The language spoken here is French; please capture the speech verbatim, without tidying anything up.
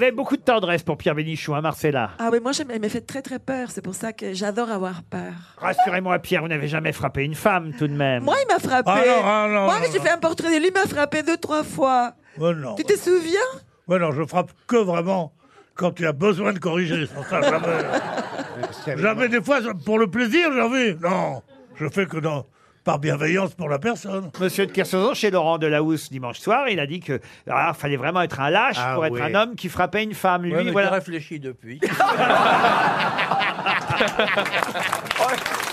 Vous avez beaucoup de tendresse pour Pierre Bénichou, hein, Marcella? Ah oui, moi, j'aime- il me fait très très peur. C'est pour ça que j'adore avoir peur. Rassurez-moi, Pierre, vous n'avez jamais frappé une femme, tout de même. Moi, il m'a frappé. Ah non, ah non, moi, non, j'ai non. fait un portrait de lui, il m'a frappé deux, trois fois. Oh non. Tu te souviens? Ouais, non, je frappe que vraiment quand il y a besoin de corriger. Sans ça, jamais. jamais des fois, pour le plaisir, j'ai envie. Non, je fais que non. Par bienveillance pour la personne. Monsieur de Kersauzon, chez Laurent Delahousse, dimanche soir, il a dit que il fallait vraiment être un lâche Ah pour être oui. un homme qui frappait une femme. Lui, Ouais, mais voilà. j'ai réfléchi depuis.